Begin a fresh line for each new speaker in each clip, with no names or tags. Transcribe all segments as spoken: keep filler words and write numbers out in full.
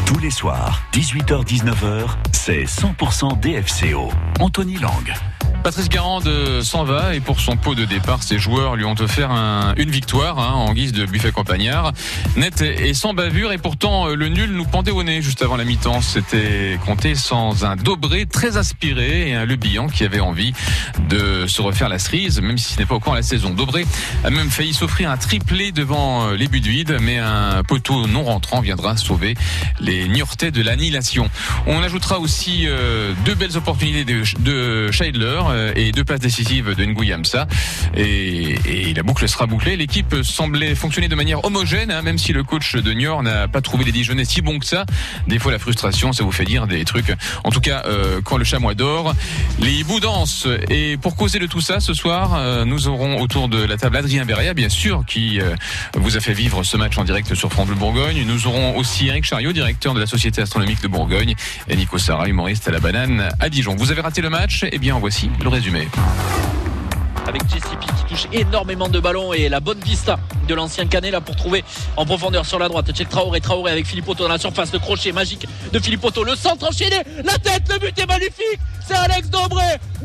Tous les soirs, dix-huit heures dix-neuf heures, c'est cent pour cent D F C O. Anthony Lang.
Patrice Garande s'en va et pour son pot de départ, ses joueurs lui ont offert un, une victoire hein, en guise de buffet campagnard, net et sans bavure. Et pourtant, le nul nous pendait au nez juste avant la mi-temps. C'était compté sans un Dobré très aspiré et un Le Bihan qui avait envie de se refaire la cerise, même si ce n'est pas encore la saison. Dobré a même failli s'offrir un triplé devant les buts vides, mais un poteau non rentrant viendra sauver les Niortais de l'annihilation. On ajoutera aussi euh, deux belles opportunités de, de Scheidler et deux passes décisives de Nguyamsa et, et la boucle sera bouclée. L'équipe semblait fonctionner de manière homogène, hein, même si le coach de Niort n'a pas trouvé les Dijonnais si bons que ça. Des fois la frustration, ça vous fait dire des trucs. En tout cas, euh, quand le chamois dort, les hiboux dansent. Et pour causer de tout ça, ce soir, euh, nous aurons autour de la table Adrien Beria, bien sûr, qui euh, vous a fait vivre ce match en direct sur France Bleu Bourgogne. Nous aurons aussi Eric Chariot, directeur de la Société Astronomique de Bourgogne, et Nico Sarra, humoriste à la banane à Dijon. Vous avez raté le match? Eh bien, voici le résumé.
Avec J C P qui touche énormément de ballons et la bonne vista de l'ancien Canet là pour trouver en profondeur sur la droite. Check Traoré, Traoré avec Philippe Otto dans la surface, le crochet magique de Philippe Otto, le centre enchaîné, la tête, le but est magnifique, c'est Alex Dobré.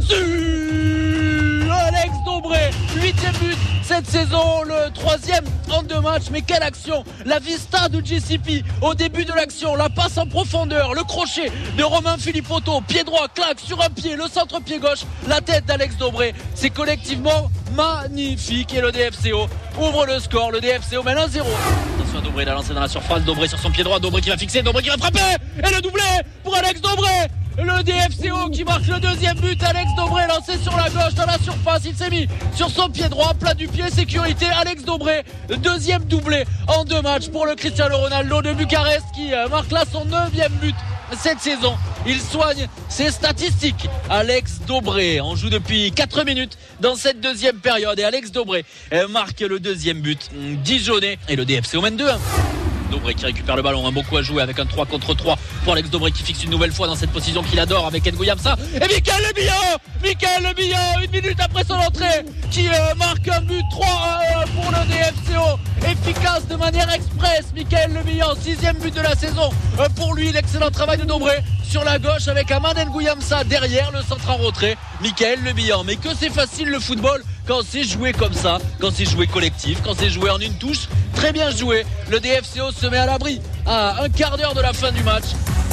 Zuu Alex Dobré, huitième but cette saison, le troisième en deux matchs. Mais quelle action! La vista de J C P au début de l'action, la passe en profondeur, le crochet de Romain Philippe Otto, pied droit, claque sur un pied, le centre pied gauche, la tête d'Alex Dobré. C'est collectivement magnifique et le D F C O ouvre le score. Le D F C O mène un zéro. Attention à Dobré, la lancée dans la surface, Dobré sur son pied droit, Dobré qui va fixer, Dobré qui va frapper et le doublé pour Alex Dobré. Le D F C O qui marque le deuxième but. Alex Dobré lancé sur la gauche dans la surface, il s'est mis sur son pied droit, plat du pied, sécurité. Alex Dobré, deuxième doublé en deux matchs pour le Cristiano Ronaldo de Bucarest qui marque là son neuvième but cette saison. Il soigne ses statistiques. Alex Dobré, on joue depuis quatre minutes dans cette deuxième période et Alex Dobré marque le deuxième but dijonnais et le D F C O mène deux un. Dobré qui récupère le ballon, un beaucoup à jouer avec un trois contre trois pour Alex Dobré qui fixe une nouvelle fois dans cette position qu'il adore avec Nguyamsa et Mickaël Le Bihan, Mickaël Le Bihan une minute après son entrée qui euh, marque un but trois à un pour le D F C O, efficace de manière express. Mickaël Le Bihan, sixième but de la saison euh, pour lui. L'excellent travail de Dobré sur la gauche avec Amad Nguyamsa derrière, le centre en retrait. Mickaël Le Bihan, mais que c'est facile le football quand c'est joué comme ça, quand c'est joué collectif, quand c'est joué en une touche. Très bien joué, le D F C O se met à l'abri à un quart d'heure de la fin du match.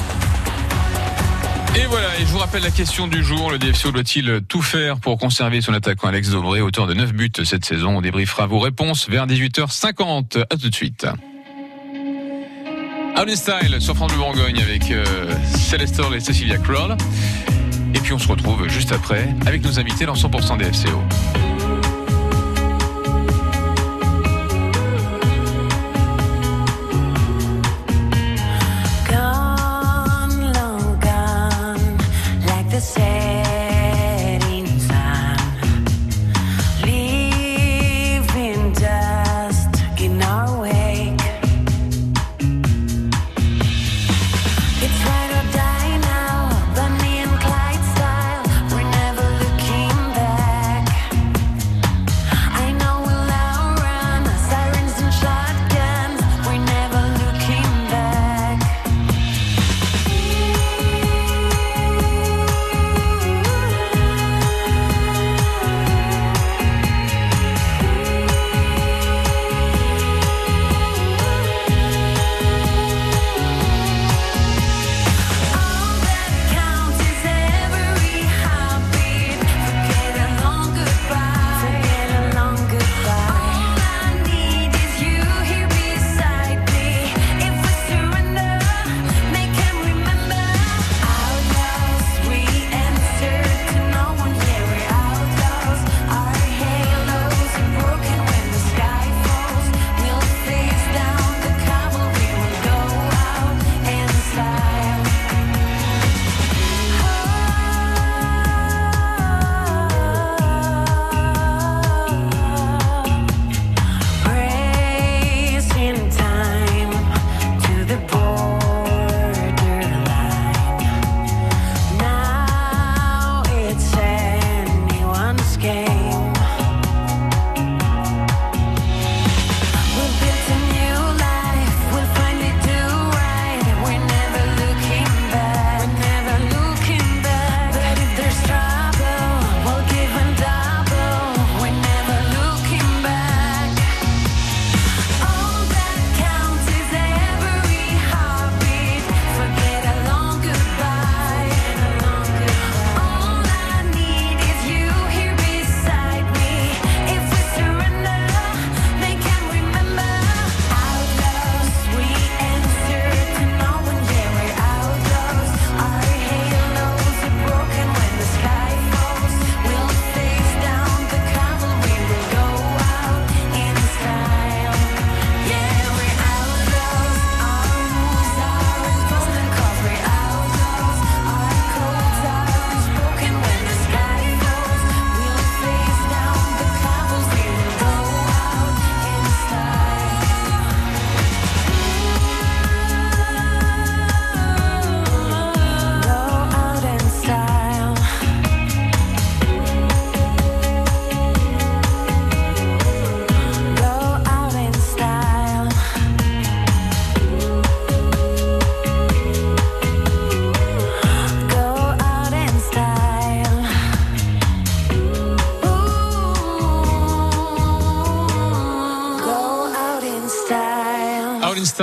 Et voilà, et je vous rappelle la question du jour. Le D F C O doit-il tout faire pour conserver son attaquant Alex Dobré, auteur de neuf buts cette saison? On débriefera vos réponses vers dix-huit heures cinquante. À tout de suite. Out in Style sur France Bleu Bourgogne avec euh, Celestor et Cecilia Kroll. Et puis on se retrouve juste après avec nos invités dans cent pour cent D F C O.
Bonnie and Clyde style, we're never looking back.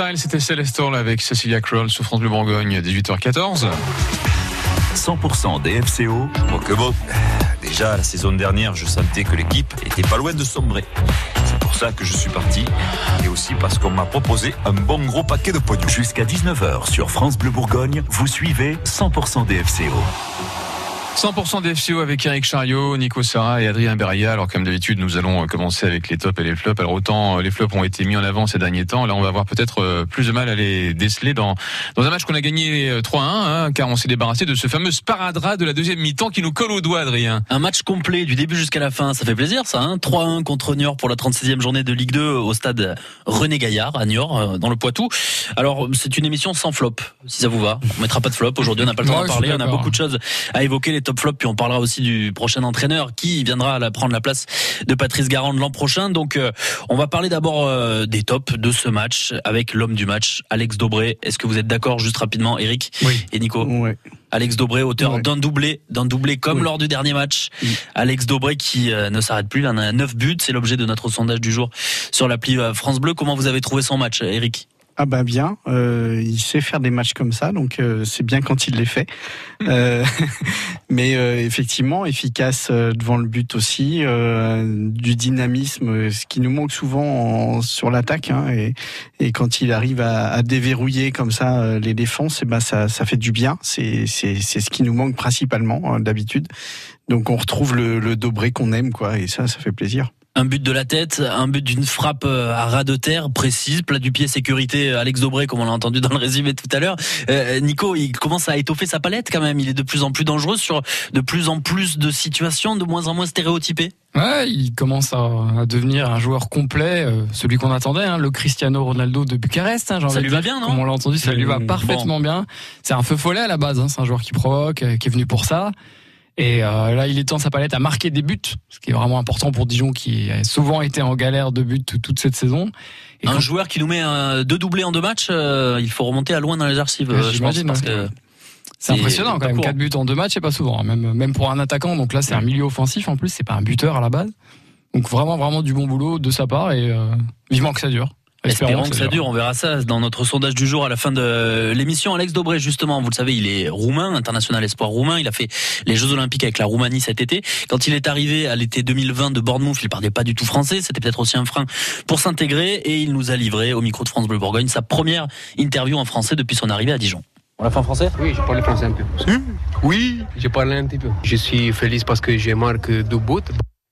Smile, c'était Célestor avec Cecilia Kroll sur France Bleu Bourgogne, dix-huit heures quatorze.
cent pour cent D F C O.
Donc bon, déjà la saison dernière, je sentais que l'équipe était pas loin de sombrer. C'est pour ça que je suis parti, et aussi parce qu'on m'a proposé un bon gros paquet de pognon.
Jusqu'à dix-neuf heures sur France Bleu Bourgogne, vous suivez cent pour cent D F C O.
cent pour cent D F C O avec Eric Chariot, Nico Serra et Adrien Beria. Alors comme d'habitude, nous allons commencer avec les tops et les flops. Alors autant les flops ont été mis en avant ces derniers temps, là on va avoir peut-être plus de mal à les déceler dans dans un match qu'on a gagné trois à un, hein, car on s'est débarrassé de ce fameux sparadrap de la deuxième mi-temps qui nous colle au doigt, Adrien.
Un match complet du début jusqu'à la fin, ça fait plaisir ça, hein. trois à un contre Niort pour la trente-sixième journée de Ligue deux au stade René Gaillard à Niort, dans le Poitou. Alors c'est une émission sans flop, si ça vous va. On mettra pas de flop aujourd'hui, on n'a pas le temps d'en parler, on a beaucoup de choses à évoquer, les top flops, puis on parlera aussi du prochain entraîneur qui viendra à prendre la place de Patrice Garande l'an prochain. Donc euh, on va parler d'abord euh, des tops de ce match avec l'homme du match, Alex Daubré. Est-ce que vous êtes d'accord juste rapidement, Eric
oui.
et Nico?
Oui. Alex
Daubré, auteur oui. d'un doublé, d'un doublé comme oui. lors du dernier match. Oui. Alex Daubré qui euh, ne s'arrête plus, il en a neuf buts, c'est l'objet de notre sondage du jour sur l'appli euh, France Bleu. Comment vous avez trouvé son match, Eric?
Ah bah bien, euh, il sait faire des matchs comme ça, donc euh, c'est bien quand il les fait. Euh, mais euh, effectivement, efficace euh, devant le but aussi, euh, du dynamisme, ce qui nous manque souvent en, sur l'attaque. Hein, et, et quand il arrive à, à déverrouiller comme ça euh, les défenses, et ben ça, ça fait du bien. C'est, c'est, c'est ce qui nous manque principalement hein, d'habitude. Donc on retrouve le, le Daubré qu'on aime, quoi, et ça, ça fait plaisir.
Un but de la tête, un but d'une frappe à ras de terre, précise, plat du pied, sécurité, Alex Daubré, comme on l'a entendu dans le résumé tout à l'heure. Euh, Nico, il commence à étoffer sa palette quand même, il est de plus en plus dangereux sur de plus en plus de situations, de moins en moins stéréotypées.
Ouais, il commence à, à devenir un joueur complet, euh, celui qu'on attendait, hein, le Cristiano Ronaldo de Bucarest. Hein,
ça lui va bien, non?
Comme on l'a entendu, ça mmh, lui va parfaitement bon. bien. C'est un feu follet à la base, hein, c'est un joueur qui provoque, euh, qui est venu pour ça. Et euh, là, il étend sa palette à marquer des buts, ce qui est vraiment important pour Dijon, qui a souvent été en galère de buts toute cette saison.
Et un quand... joueur qui nous met un, deux doublés en deux matchs, euh, il faut remonter à loin dans les archives,
ouais,
je pense, parce que
c'est impressionnant quand même. Quatre buts en deux matchs, c'est pas souvent, même même pour un attaquant. Donc là, c'est un milieu offensif en plus, c'est pas un buteur à la base. Donc vraiment, vraiment du bon boulot de sa part et euh, vivement que ça dure.
Espérons, Espérons que ça dure, on verra ça dans notre sondage du jour à la fin de l'émission. Alex Daubré, justement, vous le savez, il est roumain, international espoir roumain. Il a fait les Jeux Olympiques avec la Roumanie cet été. Quand il est arrivé à l'été deux mille vingt de Bournemouth, il parlait pas du tout français. C'était peut-être aussi un frein pour s'intégrer et il nous a livré au micro de France Bleu Bourgogne sa première interview en français depuis son arrivée à Dijon.
On l'a fait en français ?
Oui, je parle français un peu.
Mmh. Oui,
je parle un petit peu. Je suis feliz parce que j'ai marqué deux buts.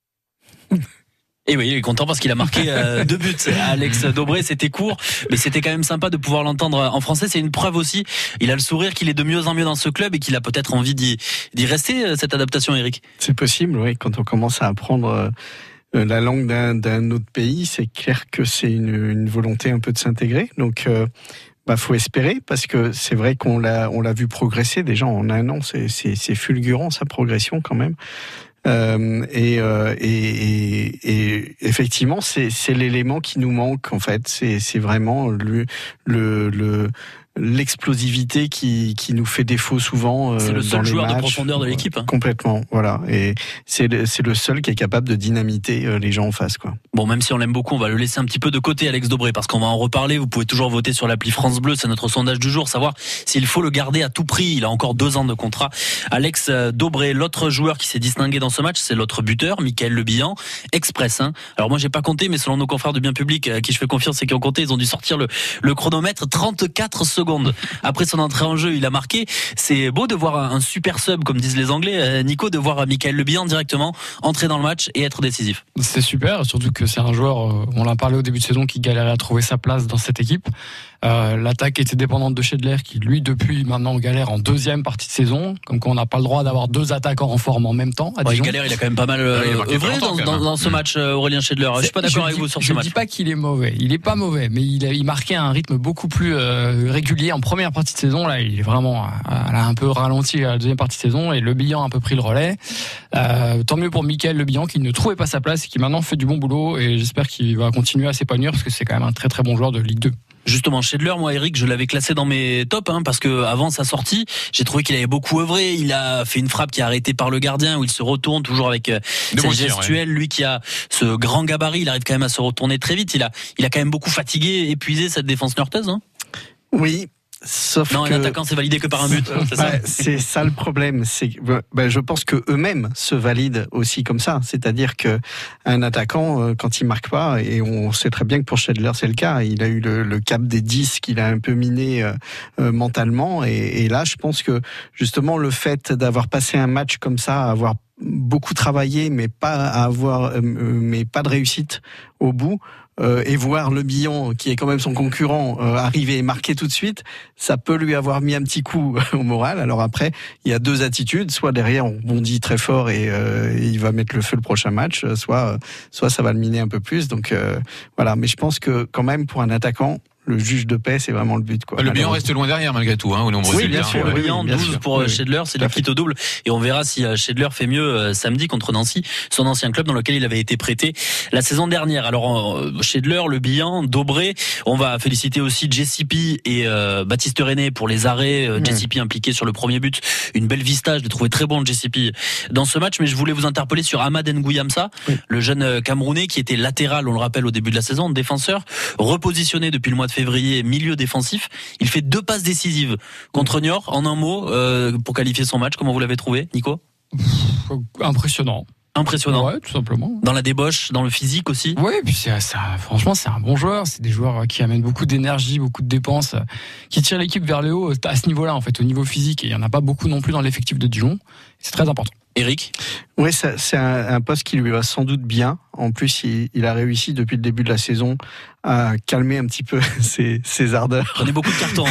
Et oui, il est content parce qu'il a marqué euh, deux buts. Alex Daubré, c'était court, mais c'était quand même sympa de pouvoir l'entendre en français. C'est une preuve aussi. Il a le sourire qu'il est de mieux en mieux dans ce club et qu'il a peut-être envie d'y, d'y rester, cette adaptation, Eric.
C'est possible, oui. Quand on commence à apprendre euh, la langue d'un, d'un autre pays, c'est clair que c'est une, une volonté un peu de s'intégrer. Donc, euh, bah, faut espérer parce que c'est vrai qu'on l'a, on l'a vu progresser déjà en un an. C'est, c'est, c'est fulgurant sa progression quand même. Euh, et, euh, et, et, et effectivement, c'est, c'est l'élément qui nous manque en fait. C'est, c'est vraiment le, le, le l'explosivité qui, qui nous fait défaut souvent euh,
c'est le seul
dans les
joueur
matchs.
De profondeur de l'équipe. Hein.
Complètement, voilà. Et c'est le, c'est le seul qui est capable de dynamiter euh, les gens en face, quoi.
Bon, même si on l'aime beaucoup, on va le laisser un petit peu de côté, Alex Daubré, parce qu'on va en reparler. Vous pouvez toujours voter sur l'appli France Bleu, c'est notre sondage du jour, savoir s'il faut le garder à tout prix. Il a encore deux ans de contrat. Alex Daubré, l'autre joueur qui s'est distingué dans ce match, c'est l'autre buteur, Mickaël Lebihan, express. Hein. Alors moi, j'ai pas compté, mais selon nos confrères de Bien Public, à qui je fais confiance et qui ont compté, ils ont dû sortir le, le chronomètre trente-quatre secondes. Après son entrée en jeu, il a marqué. C'est beau de voir un super sub, comme disent les Anglais, Nico, de voir Mickaël Lebihan directement entrer dans le match et être décisif.
C'est super, surtout que c'est un joueur, on l'a parlé au début de saison, qui galérait à trouver sa place dans cette équipe. Euh, l'attaque était dépendante de Schedler, qui lui depuis maintenant galère en deuxième partie de saison, comme qu'on n'a pas le droit d'avoir deux attaquants en forme en même temps. À
ouais, il galère, il a quand même pas mal euh, ouais, œuvré dans, dans, dans ce match, euh, Aurélien Schedler. Je suis pas d'accord je avec
dis,
vous sur
je
ce match.
Je dis pas qu'il est mauvais, il est pas mauvais, mais il, a, il marquait un rythme beaucoup plus euh, régulier en première partie de saison. Là, il est vraiment euh, là, un peu ralenti à la deuxième partie de saison et Lebihan a un peu pris le relais. Euh, tant mieux pour Mickaël Lebihan qui ne trouvait pas sa place et qui maintenant fait du bon boulot et j'espère qu'il va continuer à s'épanouir parce que c'est quand même un très très bon joueur de Ligue deux.
Justement, Schindler, moi, Eric, je l'avais classé dans mes tops, hein, parce que avant sa sortie, j'ai trouvé qu'il avait beaucoup œuvré. Il a fait une frappe qui est arrêtée par le gardien, où il se retourne toujours avec euh, cette gestuelle. Ouais. Lui qui a ce grand gabarit, il arrive quand même à se retourner très vite. Il a, il a quand même beaucoup fatigué, épuisé cette défense niortaise, hein.
Oui. Sauf
non,
que...
un attaquant c'est validé que par un but. C'est ça,
bah, c'est ça le problème. C'est que, bah, je pense que eux-mêmes se valident aussi comme ça. C'est-à-dire que un attaquant, quand il marque pas, et on sait très bien que pour Schindler c'est le cas, il a eu le, le cap des dix qu'il a un peu miné euh, euh, mentalement. Et, et là, je pense que justement le fait d'avoir passé un match comme ça, avoir beaucoup travaillé, mais pas à avoir, euh, mais pas de réussite au bout. Euh, et voir Le Bihan, qui est quand même son concurrent, euh, arriver et marquer tout de suite, ça peut lui avoir mis un petit coup au moral. Alors après, il y a deux attitudes. Soit derrière, on bondit très fort et, euh, et il va mettre le feu le prochain match, soit, soit ça va le miner un peu plus. Donc euh, voilà. Mais je pense que quand même, pour un attaquant, le juge de paix, c'est vraiment le but, quoi.
Le Bihan reste loin derrière, malgré tout, hein, au nombre de
oui, bien sûr. Le Bihan, douze sûr. Pour oui, Schindler, c'est le quitte au double. Et on verra si Schindler fait mieux euh, samedi contre Nancy, son ancien club dans lequel il avait été prêté la saison dernière. Alors, euh, Schindler, Le Bihan, Dobré. On va féliciter aussi J C P et euh, Baptiste René pour les arrêts. Euh, mmh. J C P impliqué sur le premier but. Une belle vista, je l'ai trouvé très bon, J C P, dans ce match. Mais je voulais vous interpeller sur Ahmad Nguyamsa, oui. le jeune Camerounais qui était latéral, on le rappelle, au début de la saison, défenseur, repositionné depuis le mois de février, milieu défensif. Il fait deux passes décisives contre Niort. En un mot, euh, pour qualifier son match, comment vous l'avez trouvé, Nico ?
Impressionnant.
Impressionnant.
Ouais, tout simplement.
Dans la débauche, dans le physique aussi.
Oui, puis c'est, ça, franchement, c'est un bon joueur. C'est des joueurs qui amènent beaucoup d'énergie, beaucoup de dépenses, qui tirent l'équipe vers le haut à ce niveau-là, en fait, au niveau physique. Et il n'y en a pas beaucoup non plus dans l'effectif de Dijon. C'est très important.
Eric ?
Oui, ça, c'est un, un poste qui lui va sans doute bien. En plus, il, il a réussi depuis le début de la saison à calmer un petit peu ses, ses ardeurs.
On est beaucoup de cartons.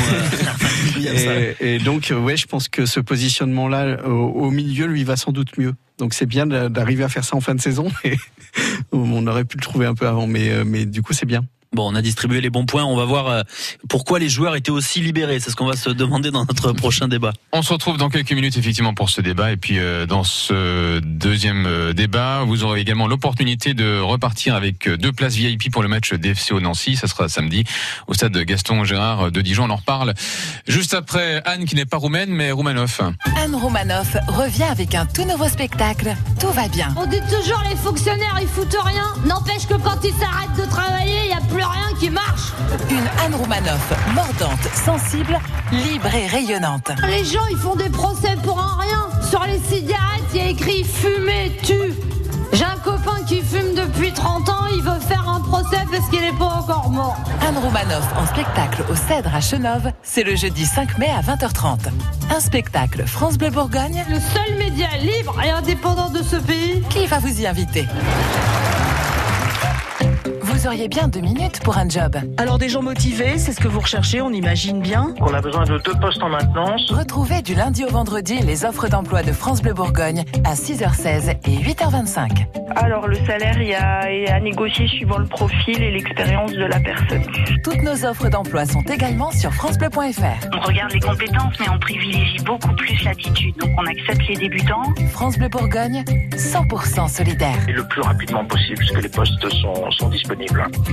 Euh, et, et donc, ouais, je pense que ce positionnement-là au, au milieu lui va sans doute mieux. Donc c'est bien d'arriver à faire ça en fin de saison. Et on aurait pu le trouver un peu avant, mais, mais du coup c'est bien.
Bon, on a distribué les bons points. On va voir pourquoi les joueurs étaient aussi libérés. C'est ce qu'on va se demander dans notre prochain débat.
On se retrouve dans quelques minutes effectivement pour ce débat. Et puis euh, dans ce deuxième débat, vous aurez également l'opportunité de repartir avec deux places V I P pour le match D F C O Nancy. Ça sera samedi au stade Gaston Gérard de Dijon. On en reparle juste après Anne, qui n'est pas roumaine mais Roumanoff.
Anne Roumanoff revient avec un tout nouveau spectacle. Tout va bien.
On dit toujours les fonctionnaires ils foutent rien. N'empêche que quand ils s'arrêtent de travailler, il y a plus rien qui marche.
Une Anne Roumanoff mordante, sensible, libre et rayonnante.
Les gens ils font des procès pour un rien. Sur les cigarettes il y a écrit fumer tue. J'ai un copain qui fume depuis trente ans, il veut faire un procès parce qu'il n'est pas encore mort.
Anne Roumanoff en spectacle au Cèdre à Chenôve, c'est le jeudi cinq mai à vingt heures trente. Un spectacle France Bleu Bourgogne,
le seul média libre et indépendant de ce pays,
qui va vous y inviter. Vous auriez bien deux minutes pour un job.
Alors des gens motivés, c'est ce que vous recherchez, on imagine bien.
On a besoin de deux postes en maintenance.
Retrouvez du lundi au vendredi les offres d'emploi de France Bleu Bourgogne à six heures seize et huit heures vingt-cinq.
Alors le salaire, il y a, il y a à négocier suivant le profil et l'expérience de la personne.
Toutes nos offres d'emploi sont également sur francebleu point f r.
On regarde les compétences, mais on privilégie beaucoup plus l'attitude. Donc on accepte les débutants.
France Bleu Bourgogne, cent pour cent solidaire.
Et le plus rapidement possible, parce que les postes sont, sont disponibles.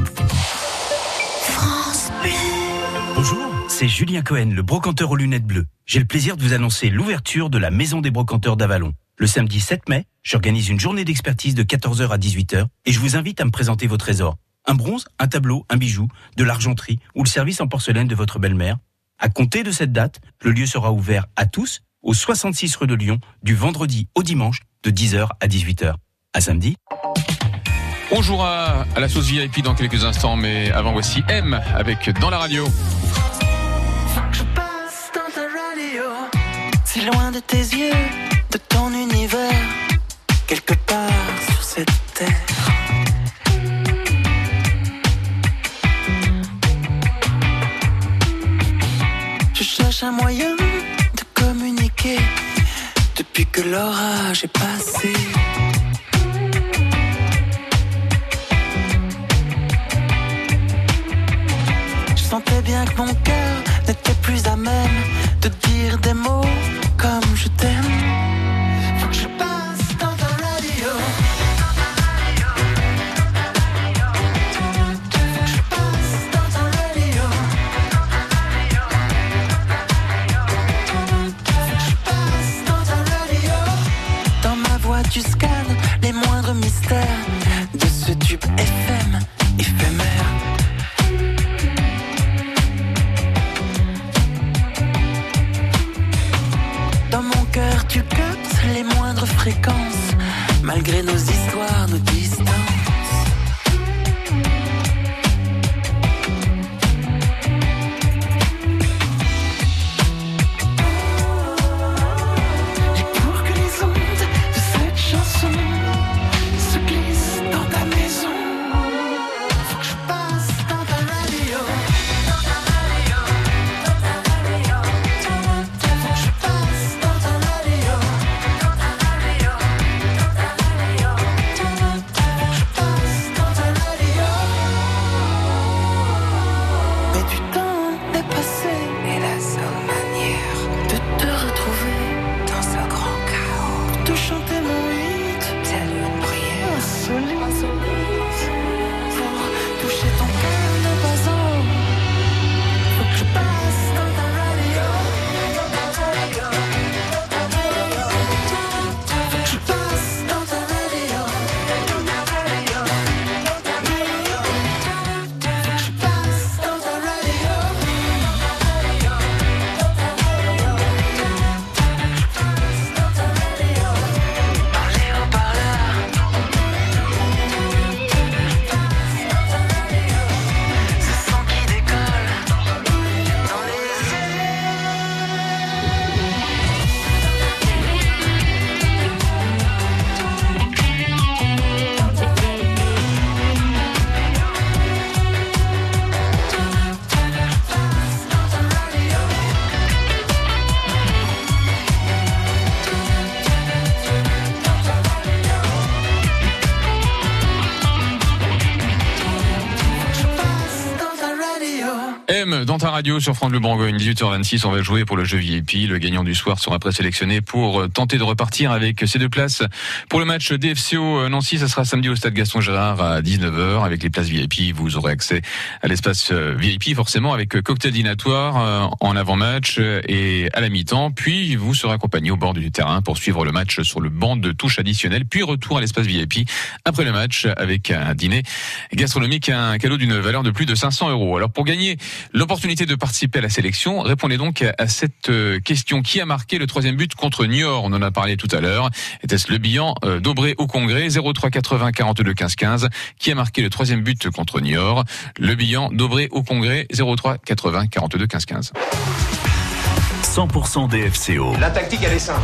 France Bleu.
Bonjour, c'est Julien Cohen, le brocanteur aux lunettes bleues. J'ai le plaisir de vous annoncer l'ouverture de la Maison des brocanteurs d'Avalon. Le samedi sept mai, j'organise une journée d'expertise de quatorze heures à dix-huit heures et je vous invite à me présenter vos trésors. Un bronze, un tableau, un bijou, de l'argenterie ou le service en porcelaine de votre belle-mère. À compter de cette date, le lieu sera ouvert à tous au soixante-six rue de Lyon du vendredi au dimanche de dix heures à dix-huit heures. À samedi.
On jouera à la sauce V I P dans quelques instants, mais avant voici M avec Dans la radio.
Je passe dans ta radio, si loin de tes yeux, de ton univers, quelque part sur cette terre. Je cherche un moyen de communiquer depuis que l'orage est passé. Je sentais bien que mon cœur n'était plus à même de dire des mots comme je t'aime. Faut que je passe dans ta radio. Faut que je passe dans ta radio. cœur, tu captes les moindres fréquences, malgré nos histoires, nos distances.
M dans ta radio sur France Bleu Bourgogne, dix-huit heures vingt-six, on va jouer pour le jeu V I P. Le gagnant du soir sera présélectionné pour tenter de repartir avec ces deux places pour le match D F C O Nancy. Ça sera samedi au stade Gaston Gérard à dix-neuf heures. Avec les places V I P, vous aurez accès à l'espace V I P forcément, avec cocktail dînatoire en avant-match et à la mi-temps. Puis vous serez accompagné au bord du terrain pour suivre le match sur le banc de touche additionnel. Puis retour à l'espace V I P après le match avec un dîner gastronomique et un cadeau d'une valeur de plus de cinq cents euros. Alors pour gagner l'opportunité de participer à la sélection, répondez donc à cette question. Qui a marqué le troisième but contre Niort? On en a parlé tout à l'heure. Était-ce Le Bihan, euh, Dobré au Congrès? Zéro trois quatre-vingts quarante-deux quinze quinze. Qui a marqué le troisième but contre Niort? Le Bihan, Dobré au Congrès. Zéro trois quatre-vingts quarante-deux quinze quinze.
cent pour cent D F C O.
La tactique, elle est simple.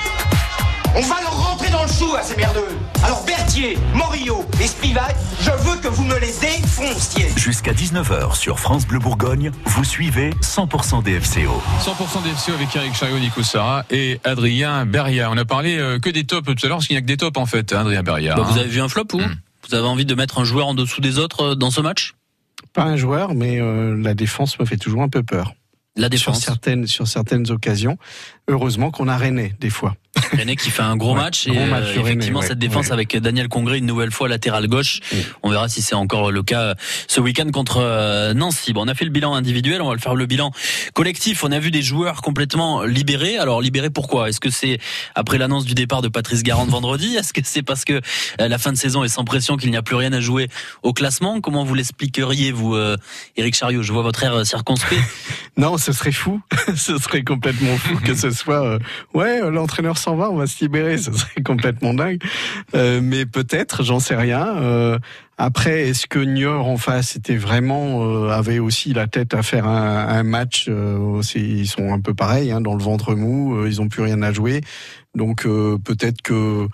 On va leur rentrer dans le chou à ces merdeux. Alors Berthier, Morillo et Spivak, je veux que vous me les défonciez.
Jusqu'à dix-neuf heures sur France Bleu Bourgogne, vous suivez cent pour cent D F C O.
cent pour cent D F C O avec Eric Chariot, Nico Sarra et Adrien Beria. On a parlé euh, que des tops tout à l'heure, parce qu'il n'y a que des tops en fait, hein, Adrien Beria.
Bah, vous avez vu un flop ou mmh. Vous avez envie de mettre un joueur en dessous des autres dans ce match?
Pas un joueur, mais euh, la défense me fait toujours un peu peur.
La défense.
Sur certaines, sur certaines occasions. Heureusement qu'on a René, des fois.
René qui fait un gros ouais, match et
match
euh, effectivement
René,
cette
ouais,
défense
ouais.
avec Daniel Congré une nouvelle fois latéral gauche. Ouais. On verra si c'est encore le cas ce week-end contre euh, Nancy. Bon, on a fait le bilan individuel, on va le faire le bilan collectif. On a vu des joueurs complètement libérés. Alors libérés pourquoi? Est-ce que c'est après l'annonce du départ de Patrice Garand vendredi? Est-ce que c'est parce que euh, la fin de saison est sans pression, qu'il n'y a plus rien à jouer au classement? Comment vous l'expliqueriez vous, euh, Eric Chariot? Je vois votre air circonspect.
Non, ce serait fou. Ce serait complètement fou que ce soit euh, ouais, l'entraîneur s'en va, on va se libérer, ce serait complètement dingue. Euh, mais peut-être, j'en sais rien. Euh, après, est-ce que Niort en face était vraiment euh, avait aussi la tête à faire un, un match euh, aussi, ils sont un peu pareils, hein, dans le ventre mou, euh, ils ont plus rien à jouer. Donc euh, peut-être que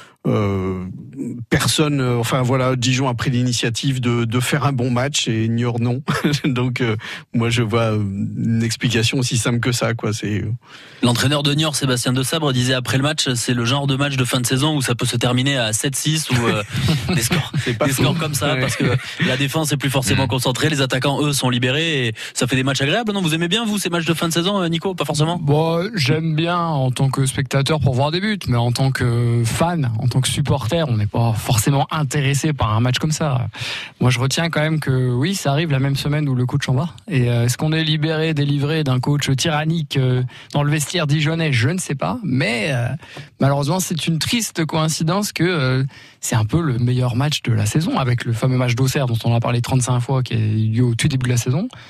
Euh, personne, euh, enfin voilà, Dijon a pris l'initiative de, de faire un bon match et Niort non. Donc euh, moi je vois une explication aussi simple que ça, quoi. C'est
l'entraîneur de Niort, Sébastien De Sabre, disait après le match, c'est le genre de match de fin de saison où ça peut se terminer à sept six ou euh, des scores, des scores comme ça, ouais. Parce que la défense est plus forcément concentrée, les attaquants eux sont libérés et ça fait des matchs agréables. Non, vous aimez bien vous ces matchs de fin de saison, Nico? Pas forcément.
Bon, j'aime bien en tant que spectateur pour voir des buts, mais en tant que fan, en tant que supporter, on n'est pas forcément intéressé par un match comme ça. Moi, je retiens quand même que oui, ça arrive la même semaine où le coach en va. Et euh, est-ce qu'on est libéré, délivré d'un coach tyrannique euh, dans le vestiaire dijonnais? Je ne sais pas. Mais euh, malheureusement, c'est une triste coïncidence que euh, c'est un peu le meilleur match de la saison, avec le fameux match d'Auxerre dont on a parlé trente-cinq fois, qui a eu lieu au tout début de la saison.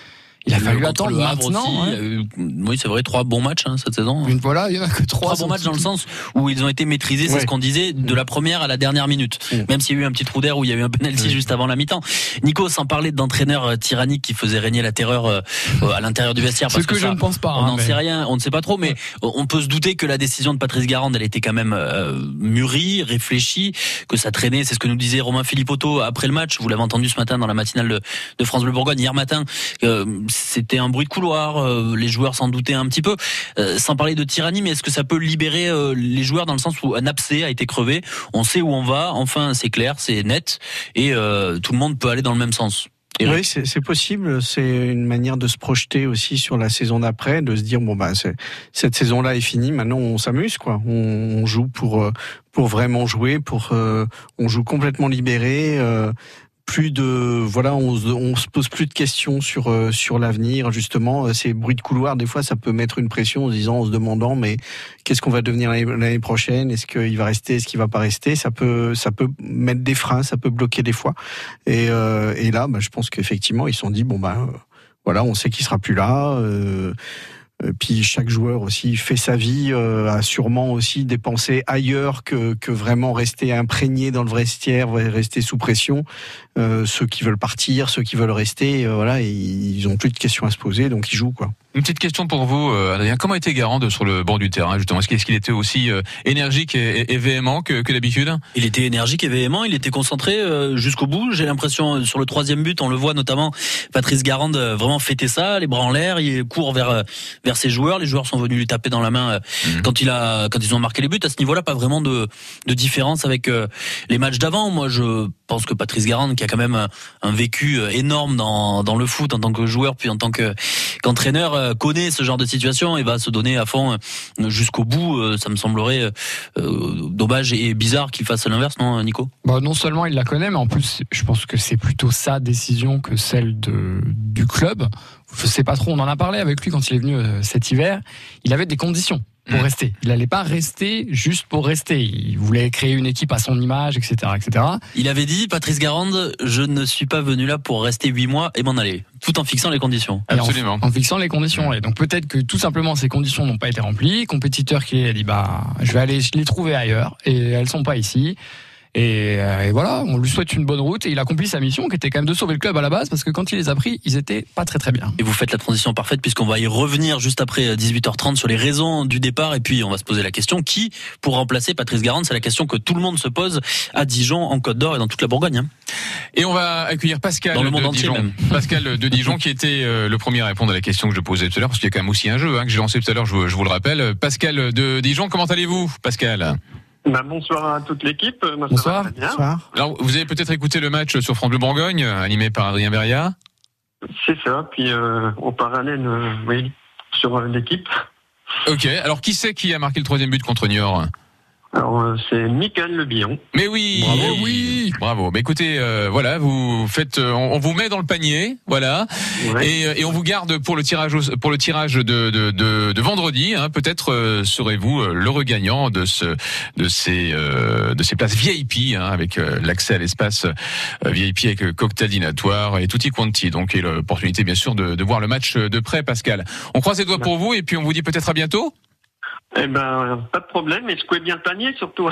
Il a fallu
contre
attendre
le Havre
maintenant.
aussi.
Ouais.
Il y a eu, oui, c'est vrai, trois bons matchs hein, cette saison.
Une, voilà, il y en a que trois.
Trois bons matchs dans le sens où ils ont été maîtrisés, c'est
ouais.
ce qu'on disait, de la première à la dernière minute.
Mmh.
Même s'il y a eu un petit trou d'air où il y a eu un penalty mmh. juste avant la mi-temps. Nico, sans parler d'entraîneurs tyranniques qui faisaient régner la terreur euh, à l'intérieur du vestiaire.
Ce
parce
que,
que
je
ça,
ne pense pas.
On n'en
hein, mais...
sait rien, on ne sait pas trop, mais ouais. on peut se douter que la décision de Patrice Garande, elle était quand même euh, mûrie, réfléchie, que ça traînait. C'est ce que nous disait Romain Philippotto après le match. Vous l'avez entendu ce matin dans la matinale de, de France Bleu Bourgogne. Hier matin, euh, c'était un bruit de couloir. Euh, les joueurs s'en doutaient un petit peu. Euh, sans parler de tyrannie, mais est-ce que ça peut libérer euh, les joueurs dans le sens où un abcès a été crevé, on sait où on va, enfin c'est clair, c'est net, et euh, tout le monde peut aller dans le même sens. Eric.
Oui, c'est, c'est possible. C'est une manière de se projeter aussi sur la saison d'après, de se dire bon bah c'est, cette saison-là est finie. Maintenant, on s'amuse quoi. On, on joue pour pour vraiment jouer. Pour euh, on joue complètement libéré. Euh, plus de voilà, on, on se pose plus de questions sur euh, sur l'avenir. Justement, ces bruits de couloir, des fois, ça peut mettre une pression en se disant, en se demandant, mais qu'est-ce qu'on va devenir l'année, l'année prochaine ? Est-ce qu'il va rester ? Est-ce qu'il va pas rester ? Ça peut ça peut mettre des freins, ça peut bloquer des fois. Et euh, et là, bah, je pense qu'effectivement, ils se sont dit bon bah euh, voilà, on sait qu'il sera plus là. Euh, Puis chaque joueur aussi fait sa vie, euh, a sûrement aussi dépensé ailleurs que, que vraiment rester imprégné dans le vestiaire, rester sous pression. Euh, ceux qui veulent partir, ceux qui veulent rester, euh, voilà, ils ont plus de questions à se poser, donc ils jouent quoi.
Une petite question pour vous, Adrien. Comment était Garande sur le bord du terrain, justement ? Est-ce qu'il était aussi énergique et, et véhément que, que d'habitude ?
Il était énergique et véhément, il était concentré jusqu'au bout. J'ai l'impression, sur le troisième but, on le voit notamment, Patrice Garande vraiment fêter ça, les bras en l'air, il court vers vers ses joueurs. Les joueurs sont venus lui taper dans la main mmh. quand il a quand ils ont marqué les buts. À ce niveau-là, pas vraiment de de différence avec les matchs d'avant. Moi, je pense que Patrice Garande, qui a quand même un, un vécu énorme dans dans le foot en tant que joueur, puis en tant que qu'entraîneur, connaît ce genre de situation et va se donner à fond jusqu'au bout. Ça me semblerait euh, dommage et bizarre qu'il fasse l'inverse, non, Nico ?
Bah, non seulement il la connaît, mais en plus, je pense que c'est plutôt sa décision que celle de, du club. Je sais pas trop, on en a parlé avec lui quand il est venu euh, cet hiver. Il avait des conditions pour mmh. rester. Il n'allait pas rester juste pour rester. Il voulait créer une équipe à son image, et cetera, et cetera.
Il avait dit, Patrice Garande, je ne suis pas venu là pour rester huit mois et m'en aller. Tout en fixant les conditions.
Et Absolument. En, en fixant les conditions. Mmh. Et donc peut-être que tout simplement ces conditions n'ont pas été remplies. Compétiteur qui a dit, bah, je vais aller les trouver ailleurs et elles sont pas ici. Et, euh, et voilà, on lui souhaite une bonne route et il accomplit sa mission qui était quand même de sauver le club à la base parce que quand il les a pris, ils étaient pas très très bien.
Et vous faites la transition parfaite puisqu'on va y revenir juste après dix-huit heures trente sur les raisons du départ et puis on va se poser la question qui pour remplacer Patrice Garande, c'est la question que tout le monde se pose à Dijon, en Côte d'Or et dans toute la Bourgogne. Hein.
Et on va accueillir Pascal
dans le monde
de
entier
Dijon.
Même.
Pascal de Dijon qui était euh, le premier à répondre à la question que je posais tout à l'heure parce qu'il y a quand même aussi un jeu hein, que j'ai lancé tout à l'heure, je, je vous le rappelle. Pascal de Dijon, comment allez-vous, Pascal ?
Bah, bonsoir à toute l'équipe. Moi,
bonsoir.
Ça va très bien.
Bonsoir.
Alors, vous avez peut-être écouté le match sur France Bleu Bourgogne, animé par Adrien Beria.
C'est ça. Puis euh, au parallèle, euh, oui, sur euh, l'équipe.
Ok. Alors, qui c'est qui a marqué le troisième but contre Niort ?
Alors euh, c'est Michael Le Billon.
Mais oui,
bravo, oui,
bravo. Bah écoutez, euh, voilà, vous faites, euh, on, on vous met dans le panier, voilà, ouais. et, et on vous garde pour le tirage, pour le tirage de de, de, de vendredi. Hein, peut-être euh, serez-vous le regagnant de ce, de ces, euh, de ces places V I P, hein, avec euh, l'accès à l'espace euh, V I P avec cocktail dînatoire et tutti quanti. Donc et l'opportunité bien sûr de, de voir le match de près, Pascal. On croise les doigts pour vous et puis on vous dit peut-être à bientôt.
Eh ben, pas de problème, et secouez bien le panier, surtout.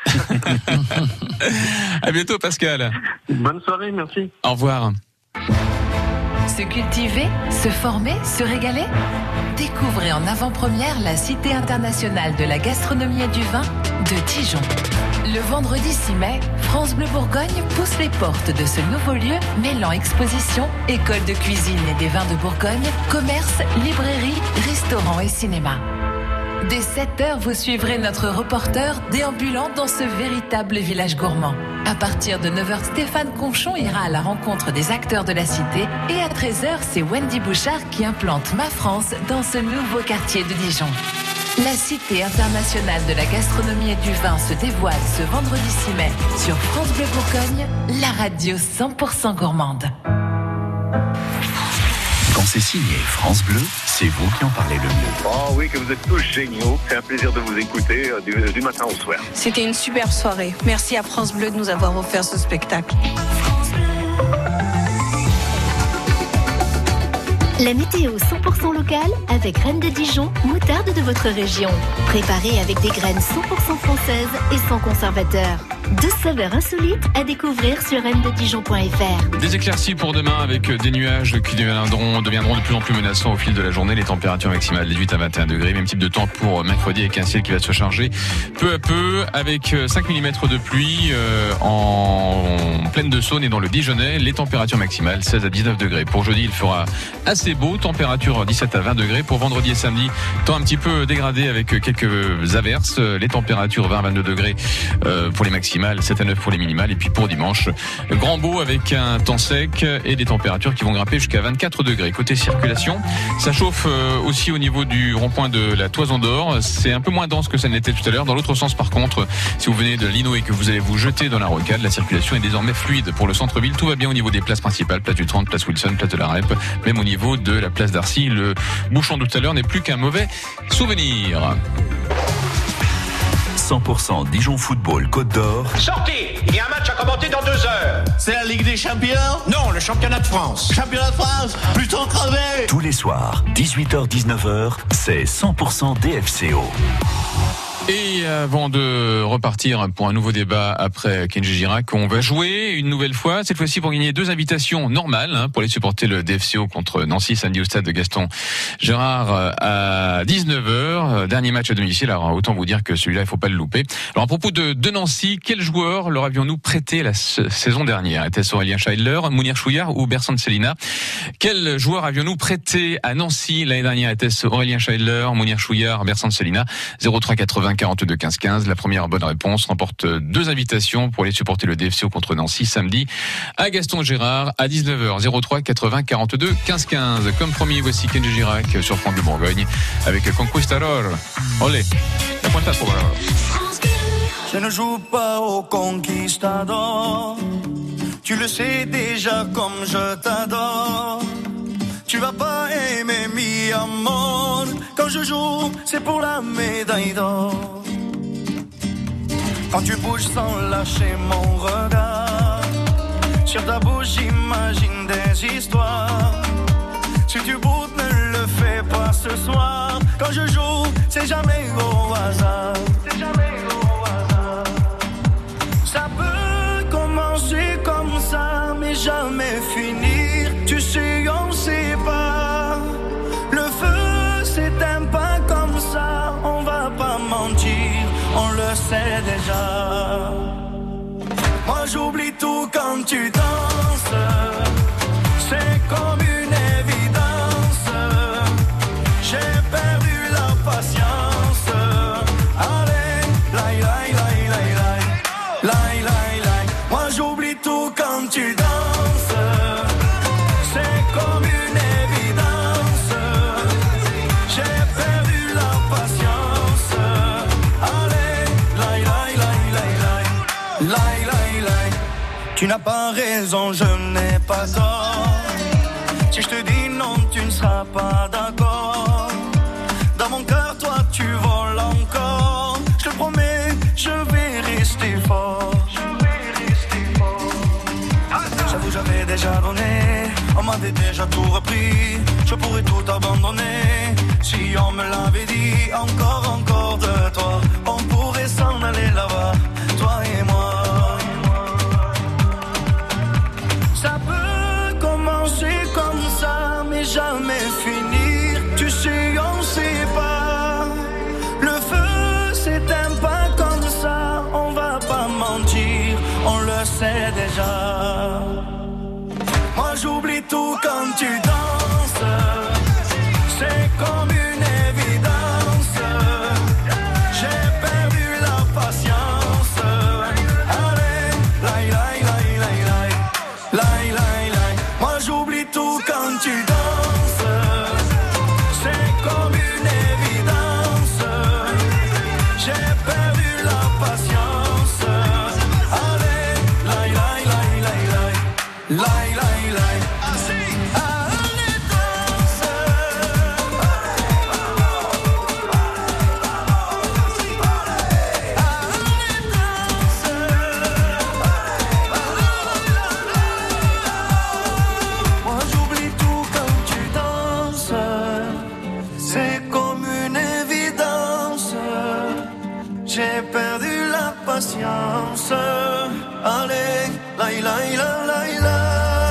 À bientôt, Pascal.
Bonne soirée, merci.
Au revoir.
Se cultiver, se former, se régaler ? Découvrez en avant-première la Cité internationale de la gastronomie et du vin de Dijon. Le vendredi six mai, France Bleu Bourgogne pousse les portes de ce nouveau lieu mêlant exposition, école de cuisine et des vins de Bourgogne, commerce, librairie, restaurant et cinéma. Dès sept heures, vous suivrez notre reporter déambulant dans ce véritable village gourmand. À partir de neuf heures, Stéphane Conchon ira à la rencontre des acteurs de la cité. Et à treize heures, c'est Wendy Bouchard qui implante Ma France dans ce nouveau quartier de Dijon. La Cité internationale de la gastronomie et du vin se dévoile ce vendredi six mai sur France Bleu Bourgogne, la radio cent pour cent gourmande.
Quand c'est signé France Bleu, c'est vous qui en parlez le mieux.
Oh oui, que vous êtes tous géniaux. C'est un plaisir de vous écouter euh, du, du matin au soir.
C'était une superbe soirée. Merci à France Bleu de nous avoir offert ce spectacle.
La météo cent pour cent locale avec Reine de Dijon, moutarde de votre région. Préparée avec des graines cent pour cent françaises et sans conservateur. Deux saveurs insolites à découvrir sur reine de dijon point f r.
Des éclaircies pour demain avec des nuages qui deviendront, deviendront de plus en plus menaçants au fil de la journée. Les températures maximales dix-huit à vingt et un degrés. Même type de temps pour mercredi avec un ciel qui va se charger peu à peu avec cinq millimètres de pluie euh, en plaine de Saône et dans le Dijonnais. Les températures maximales seize à dix-neuf degrés. Pour jeudi, il fera assez beau. Température dix-sept à vingt degrés. Pour vendredi et samedi, temps un petit peu dégradé avec quelques averses. Les températures vingt à vingt-deux degrés euh, pour les maximales, sept à neuf pour les minimales. Et puis pour dimanche, grand beau avec un temps sec et des températures qui vont grimper jusqu'à vingt-quatre degrés. Côté circulation, ça chauffe aussi au niveau du rond-point de la Toison d'Or. C'est un peu moins dense que ça n'était tout à l'heure. Dans l'autre sens, par contre, si vous venez de Lino et que vous allez vous jeter dans la rocade, la circulation est désormais fluide. Pour le centre-ville, tout va bien au niveau des places principales, place du trente, place Wilson, place de la Rep, même au niveau de la place d'Arcy. Le bouchon de tout à l'heure n'est plus qu'un mauvais souvenir.
cent pour cent Dijon Football Côte d'Or.
Sortez, il y a un match à commenter dans deux heures.
C'est la Ligue des Champions?
Non, le championnat de France.
Championnat de France? Plutôt crevé.
Tous les soirs, dix-huit heures dix-neuf heures, c'est cent pour cent D F C O.
Et avant de repartir pour un nouveau débat après Kenji Girac, on va jouer une nouvelle fois, cette fois-ci pour gagner deux invitations normales hein, pour aller supporter le D F C O contre Nancy samedi au stade de Gaston Gérard à dix-neuf heures. Dernier match à domicile, alors autant vous dire que celui-là, il faut pas le louper. Alors à propos de, de Nancy, quel joueur leur avions-nous prêté la saison dernière? Était-ce Aurélien Scheidler, Mounir Chouillard ou Bertrand Selina? Quel joueur avions-nous prêté à Nancy l'année dernière? Était-ce Aurélien Scheidler, Mounir Chouillard, Bertrand Selina? zéro trois quatre-vingts quarante-deux quinze quinze. La première bonne réponse remporte deux invitations pour aller supporter le D F C O contre Nancy samedi à Gaston Gérard à dix-neuf heures. zéro trois quatre-vingts quarante-deux quinze quinze. Comme promis, voici Kenji Girac sur France Bleu Bourgogne avec Conquistador. Olé, la pointe pour alors.
Je ne joue pas au conquistador. Tu le sais déjà comme je t'adore. Tu vas pas aimer mi amor. Quand je joue, c'est pour la médaille d'or. Quand tu bouges sans lâcher mon regard, sur ta bouche j'imagine des histoires. Si tu boutes, ne le fais pas ce soir. Quand je joue, c'est jamais au hasard. C'est jamais au hasard. Ça peut commencer comme ça, mais jamais finir. Tu sais, on sait pas. Le feu s'éteint pas comme ça. On va pas mentir, on le sait déjà. Moi j'oublie tout quand tu danses. C'est comme une évidence. J'ai perdu la patience. Allez, laï, laï, laï, laï, laï, laï, laï, laï. Moi j'oublie tout quand tu danses. C'est comme une évidence. J'ai perdu la patience. Allez, laï, laï, laï, laï, laï, laï, laï, laï. Tu n'as pas raison, je n'ai pas tort. Si je te dis non, tu ne seras pas d'accord. Dans mon cœur, toi, tu voles encore. Je te promets, je vais rester fort. Je vais rester fort. J'avoue, j'avais déjà donné. On m'avait déjà tout repris. Je pourrais tout abandonner. Si on me l'avait dit, encore, encore de toi. On pourrait s'en aller là-bas, toi et moi. Ça peut commencer comme ça, mais jamais finir. Tu sais, on sait pas. Le feu s'éteint pas comme ça. On va pas mentir, on le sait déjà. Moi j'oublie tout quand tu danses. C'est comme j'ai perdu la patience. Allez, la la la la la.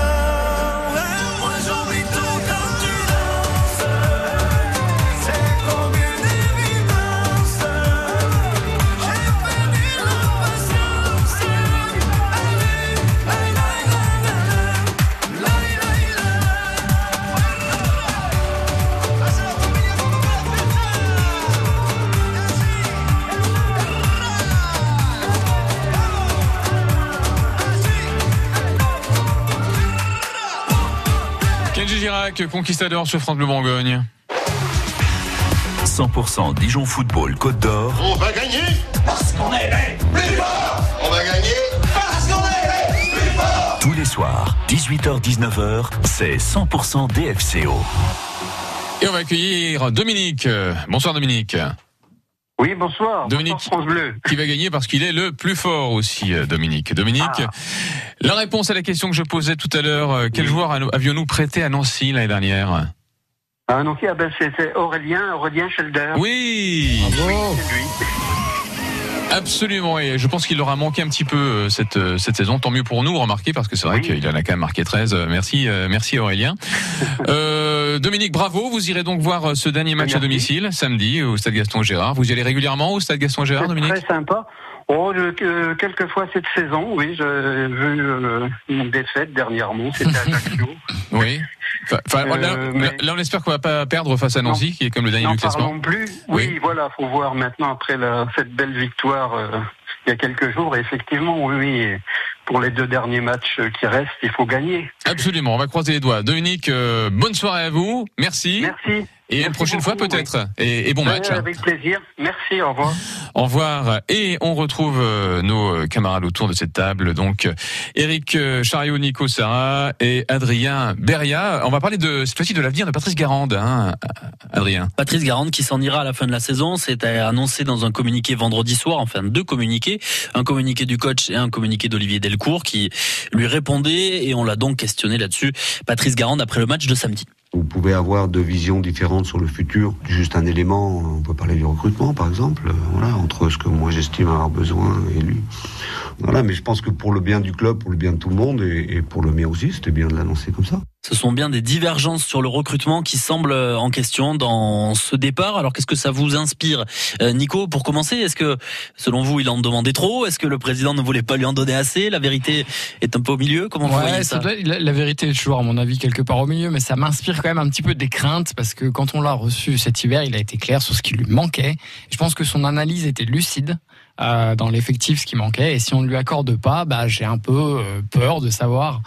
Girac, conquistador sur France Bleu Bourgogne.
cent pour cent Dijon Football Côte d'Or.
On va gagner parce qu'on est les plus forts. On va gagner parce qu'on est les plus forts.
Tous les soirs, dix-huit heures dix-neuf heures, c'est cent pour cent D F C O.
Et on va accueillir Dominique. Bonsoir Dominique.
Oui, bonsoir.
Dominique,
bonsoir France Bleu.
Qui va gagner parce qu'il est le plus fort aussi, Dominique. Dominique, ah. La réponse à la question que je posais tout à l'heure, quel oui. joueur avions-nous prêté à Nancy l'année dernière ?
À Nancy, ah ben c'est Aurélien, Aurélien Schelder.
Oui.
Bravo. Oui, c'est lui.
Absolument, et je pense qu'il leur a manqué un petit peu cette cette saison. Tant mieux pour nous, remarquez, parce que c'est vrai oui. qu'il en a quand même marqué treize. Merci, merci Aurélien. euh, Dominique, bravo. Vous irez donc voir ce dernier match merci. à domicile samedi au Stade Gaston Gérard. Vous y allez régulièrement au Stade Gaston Gérard, Dominique ?
Très sympa. Oh, euh, quelques fois cette saison, oui, j'ai vu euh, une défaite dernièrement. C'était à Ajaccio.
Oui. Enfin, euh, là, mais... là, on espère qu'on va pas perdre face à Nancy, non, qui est comme le dernier du classement.
Non plus. Oui, oui, voilà, faut voir maintenant après la, cette belle victoire euh, il y a quelques jours. Et effectivement, oui, oui, pour les deux derniers matchs qui restent, il faut gagner.
Absolument, on va croiser les doigts. Dominique, euh, bonne soirée à vous. Merci.
Merci.
Et
Merci
une prochaine
beaucoup,
fois peut-être.
Oui.
Et, et bon
ouais,
match.
Avec plaisir. Merci, au revoir.
Au revoir. Et on retrouve euh, nos camarades autour de cette table. Donc, Eric Chariot, Nico Sarra et Adrien Beria. On va parler de cette fois-ci de l'avenir de Patrice Garande, hein, Adrien.
Patrice Garande qui s'en ira à la fin de la saison. C'est annoncé dans un communiqué vendredi soir. Enfin, deux communiqués. Un communiqué du coach et un communiqué d'Olivier Delcourt qui lui répondait. Et on l'a donc questionné là-dessus. Patrice Garande après le match de samedi.
Vous pouvez avoir deux visions différentes sur le futur. Juste un élément, on peut parler du recrutement par exemple, voilà, entre ce que moi j'estime avoir besoin et lui. Voilà, mais je pense que pour le bien du club, pour le bien de tout le monde et, et pour le mien aussi, c'était bien de l'annoncer comme ça.
Ce sont bien des divergences sur le recrutement qui semblent en question dans ce départ. Alors qu'est-ce que ça vous inspire, euh, Nico, pour commencer? Est-ce que, selon vous, il en demandait trop? Est-ce que le président ne voulait pas lui en donner assez? La vérité est un peu au milieu? Comment vous
ouais,
voyez ça,
ça doit, la, la vérité est toujours, à mon avis, quelque part au milieu, mais ça m'inspire quand même un petit peu des craintes parce que quand on l'a reçu cet hiver, il a été clair sur ce qui lui manquait. Je pense que son analyse était lucide. Euh, dans l'effectif, ce qui manquait, et si on ne lui accorde pas, bah, j'ai un peu euh, peur de savoir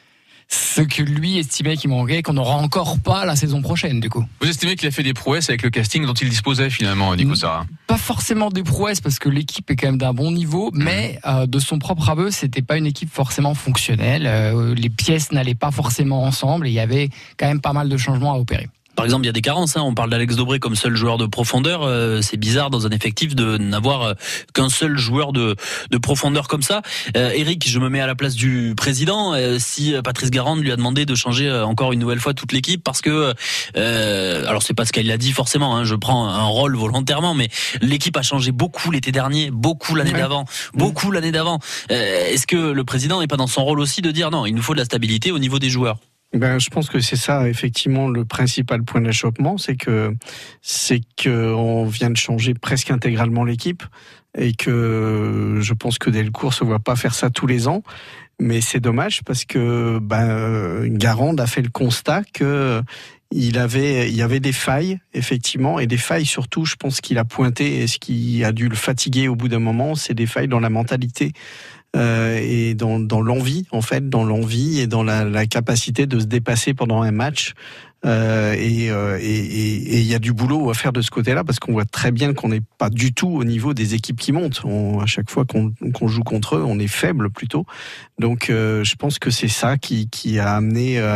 ce que lui estimait qu'il manquait, qu'on n'aura encore pas la saison prochaine, du coup.
Vous estimez qu'il a fait des prouesses avec le casting dont il disposait finalement, Nico Sarra?
Pas forcément des prouesses, parce que l'équipe est quand même d'un bon niveau, mmh. mais euh, de son propre aveu, c'était pas une équipe forcément fonctionnelle. Euh, les pièces n'allaient pas forcément ensemble, et il y avait quand même pas mal de changements à opérer.
Par exemple, il y a des carences. Hein. On parle d'Alex Dobré comme seul joueur de profondeur. Euh, c'est bizarre dans un effectif de n'avoir euh, qu'un seul joueur de, de profondeur comme ça. Euh, Eric, je me mets à la place du président. Euh, si Patrice Garande lui a demandé de changer encore une nouvelle fois toute l'équipe, parce que, euh, alors c'est pas ce qu'il a dit forcément. Hein, je prends un rôle volontairement, mais l'équipe a changé beaucoup l'été dernier, beaucoup l'année ouais. d'avant, beaucoup l'année d'avant. Euh, est-ce que le président n'est pas dans son rôle aussi de dire non, il nous faut de la stabilité au niveau des joueurs?
Ben, je pense que c'est ça, effectivement, le principal point d'achoppement, c'est que, c'est que on vient de changer presque intégralement l'équipe et que je pense que Delcourt se voit pas faire ça tous les ans. Mais c'est dommage parce que, ben, Garande a fait le constat que il avait, il y avait des failles, effectivement, et des failles surtout, je pense qu'il a pointé, et ce qui a dû le fatiguer au bout d'un moment, c'est des failles dans la mentalité. Euh, et dans, dans l'envie, en fait, dans l'envie et dans la, la capacité de se dépasser pendant un match. Euh, et euh, et il y a du boulot à faire de ce côté-là parce qu'on voit très bien qu'on n'est pas du tout au niveau des équipes qui montent. On, à chaque fois qu'on, qu'on joue contre eux, on est faible plutôt. Donc, euh, je pense que c'est ça qui, qui a amené euh,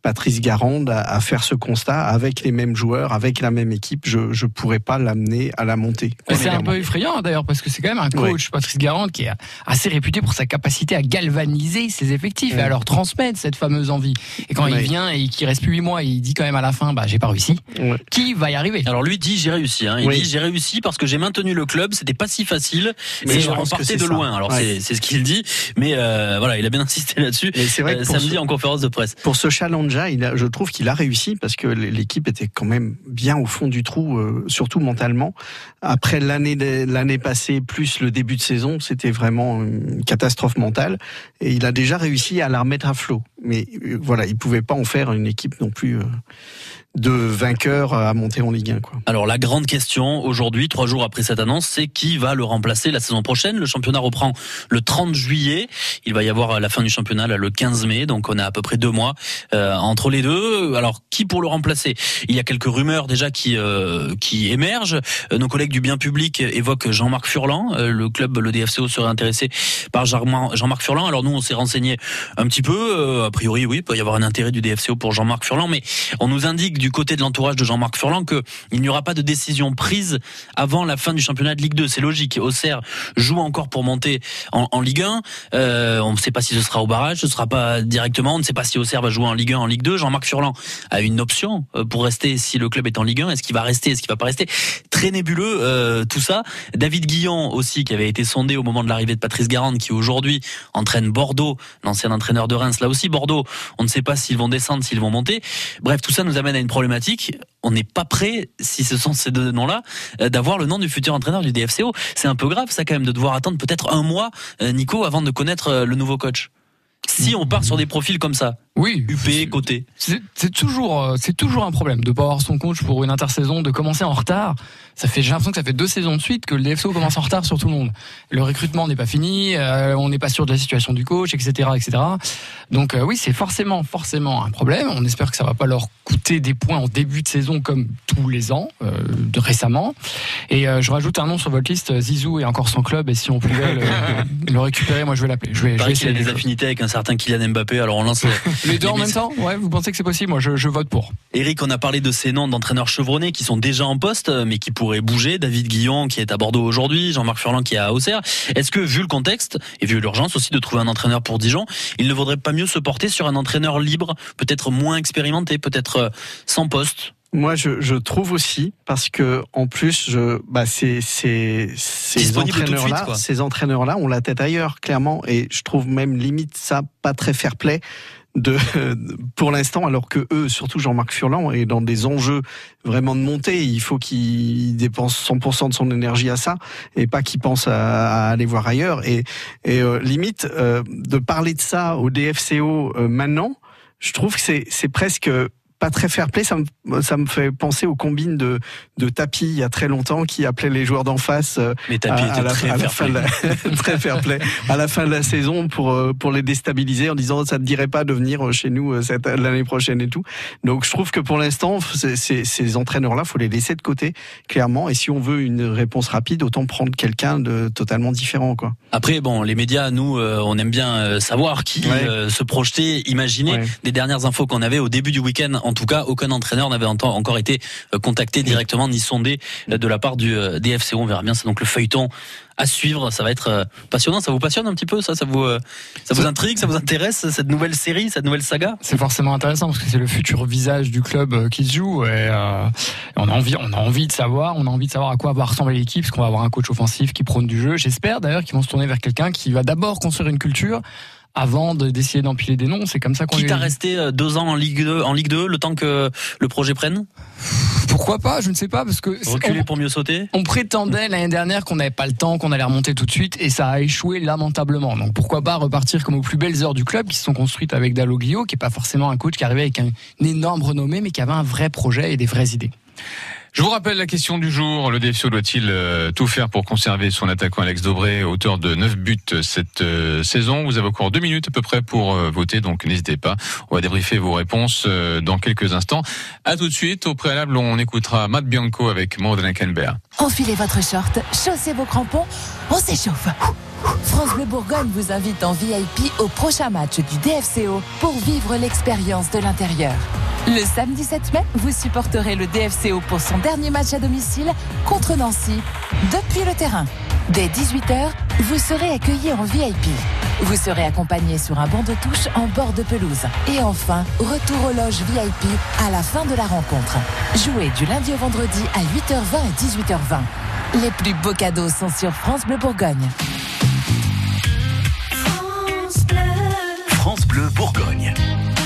Patrice Garande à, à faire ce constat avec les mêmes joueurs, avec la même équipe. Je ne pourrais pas l'amener à la montée.
C'est un peu effrayant d'ailleurs, parce que c'est quand même un coach, ouais. Patrice Garande, qui est assez réputé pour sa capacité à galvaniser ses effectifs, ouais. et à leur transmettre cette fameuse envie. Et quand ouais. il vient et qu'il reste plus huit mois et il dit quand même à la fin, bah j'ai pas réussi, ouais. qui va y arriver?
Alors lui dit j'ai réussi, hein. il oui. dit j'ai réussi parce que j'ai maintenu le club, c'était pas si facile, mais je repartais de loin. Alors ouais. c'est, c'est ce qu'il dit, mais euh, voilà, il a bien insisté là-dessus. Et c'est vrai que euh, samedi ce, en conférence de presse.
Pour ce challenge-là, il a, je trouve qu'il a réussi parce que l'équipe était quand même bien au fond du trou, euh, surtout mentalement. Après l'année l'année passée, plus le début de saison, c'était vraiment une catastrophe mentale. Et il a déjà réussi à la remettre à flot. Mais euh, voilà, il pouvait pas en faire une équipe non plus. Euh, de vainqueur à monter en Ligue un, quoi.
Alors la grande question aujourd'hui, trois jours après cette annonce, c'est qui va le remplacer la saison prochaine. Le championnat reprend le trente juillet. Il va y avoir la fin du championnat là, le quinze mai, donc on a à peu près deux mois euh, entre les deux. Alors qui pour le remplacer? Il y a quelques rumeurs déjà qui euh, qui émergent. Euh, nos collègues du bien public évoquent Jean-Marc Furlan. Euh, le club, le D F C O serait intéressé par Jean-Marc Furlan. Alors nous, on s'est renseigné un petit peu. Euh, a priori, oui, il peut y avoir un intérêt du D F C O pour Jean-Marc Furlan, mais on nous indique du côté de l'entourage de Jean-Marc Furlan que il n'y aura pas de décision prise avant la fin du championnat de Ligue deux. C'est logique. Auxerre joue encore pour monter en, en Ligue un. Euh, on ne sait pas si ce sera au barrage, ce sera pas directement. On ne sait pas si Auxerre va jouer en Ligue un, en Ligue deux. Jean-Marc Furlan a une option pour rester si le club est en Ligue un. Est-ce qu'il va rester? Est-ce qu'il va pas rester? Très nébuleux euh, tout ça. David Guillon aussi, qui avait été sondé au moment de l'arrivée de Patrice Garande, qui aujourd'hui entraîne Bordeaux, l'ancien entraîneur de Reims. Là aussi, Bordeaux, on ne sait pas s'ils vont descendre, s'ils vont monter. Bref, tout ça nous amène à une problématique. On n'est pas prêt, si ce sont ces deux noms-là, d'avoir le nom du futur entraîneur du D F C O. C'est un peu grave, ça, quand même, de devoir attendre peut-être un mois, Nico, avant de connaître le nouveau coach. Si on part sur des profils comme ça.
Oui,
U P, côté.
C'est, c'est toujours, c'est toujours un problème de pas avoir son coach pour une intersaison, de commencer en retard. Ça fait, j'ai l'impression que ça fait deux saisons de suite que le D F C O commence en retard sur tout le monde. Le recrutement n'est pas fini, euh, on n'est pas sûr de la situation du coach, et cetera, et cetera. Donc euh, oui, c'est forcément, forcément un problème. On espère que ça va pas leur coûter des points en début de saison comme tous les ans, euh, de récemment. Et euh, je rajoute un nom sur votre liste, Zizou est encore sans club, et si on pouvait le, le récupérer, moi je vais l'appeler. Je vais,
il
je vais
qu'il a des affinités avec un certain Kylian Mbappé, alors on lance les,
les deux en même temps. Ouais, vous pensez que c'est possible? Moi, je, je vote pour.
Eric, on a parlé de ces noms d'entraîneurs chevronnés qui sont déjà en poste, mais qui pourraient bouger. David Guillon, qui est à Bordeaux aujourd'hui, Jean-Marc Furlan, qui est à Auxerre. Est-ce que, vu le contexte, et vu l'urgence aussi de trouver un entraîneur pour Dijon, il ne vaudrait pas mieux se porter sur un entraîneur libre, peut-être moins expérimenté, peut-être sans poste?
Moi, je, je trouve aussi, parce que en plus, je, bah, ces, ces, ces entraîneurs-là, suite, ces entraîneurs-là ont la tête ailleurs, clairement, et je trouve même limite ça pas très fair-play. De, pour l'instant, alors que eux, surtout Jean-Marc Furlan, est dans des enjeux vraiment de montée. Il faut qu'il dépense cent pour cent de son énergie à ça et pas qu'il pense à, à aller voir ailleurs. Et, et euh, limite, euh, de parler de ça au D F C O euh, maintenant, je trouve que c'est, c'est presque pas très fair play. Ça me, ça me fait penser aux combines de, de Tapi il y a très longtemps qui appelaient les joueurs d'en face euh,
mais Tapi à,
à, la,
très
à la fin de la, très fair play à la fin de la saison pour pour les déstabiliser en disant ça te dirait pas de venir chez nous cette l'année prochaine et tout. Donc je trouve que pour l'instant c'est, c'est, ces entraîneurs là faut les laisser de côté clairement, et si on veut une réponse rapide, autant prendre quelqu'un de totalement différent, quoi.
Après bon, les médias, nous euh, on aime bien euh, savoir qui ouais. euh, se projeter, imaginer. Ouais. Des dernières infos qu'on avait au début du week-end, en tout cas, aucun entraîneur n'avait encore été contacté directement ni sondé de la part du D F C O. On verra bien, c'est donc le feuilleton à suivre. Ça va être passionnant. Ça vous passionne un petit peu, ça, ça vous, ça vous intrigue, ça vous intéresse, cette nouvelle série, cette nouvelle saga?
C'est forcément intéressant parce que c'est le futur visage du club qui se joue, et euh, on a envie, on a envie de savoir, on a envie de savoir à quoi va ressembler l'équipe, parce qu'on va avoir un coach offensif qui prône du jeu. J'espère d'ailleurs qu'ils vont se tourner vers quelqu'un qui va d'abord construire une culture avant de, d'essayer d'empiler des noms. C'est comme ça qu'on
Quitte à rester deux ans en Ligue deux, en Ligue deux, le temps que le projet prenne?
Pourquoi pas? Je ne sais pas, parce que
reculer
on,
pour mieux sauter.
On prétendait l'année dernière qu'on n'avait pas le temps, qu'on allait remonter tout de suite, et ça a échoué lamentablement. Donc pourquoi pas repartir comme aux plus belles heures du club, qui se sont construites avec Dalloglio, qui est pas forcément un coach qui arrivait avec un, une énorme renommée, mais qui avait un vrai projet et des vraies idées.
Je vous rappelle la question du jour. Le D F C O doit-il euh, tout faire pour conserver son attaquant Alex Dobré, auteur de neuf buts cette euh, saison? Vous avez encore deux minutes à peu près pour euh, voter, donc n'hésitez pas. On va débriefer vos réponses euh, dans quelques instants. À tout de suite. Au préalable, on écoutera Matt Bianco avec Maud Kenberg.
Enfilez votre short, chaussez vos crampons, on s'échauffe. France Bleu Bourgogne vous invite en V I P au prochain match du D F C O pour vivre l'expérience de l'intérieur. Le samedi sept mai, vous supporterez le D F C O pour son dernier match à domicile contre Nancy, depuis le terrain. Dès dix-huit heures, vous serez accueillis en V I P. Vous serez accompagné sur un banc de touche en bord de pelouse. Et enfin, retour aux loges V I P à la fin de la rencontre. Jouez du lundi au vendredi à huit heures vingt et dix-huit heures vingt. Les plus beaux cadeaux sont sur France Bleu Bourgogne.
France Bleu, France Bleu Bourgogne.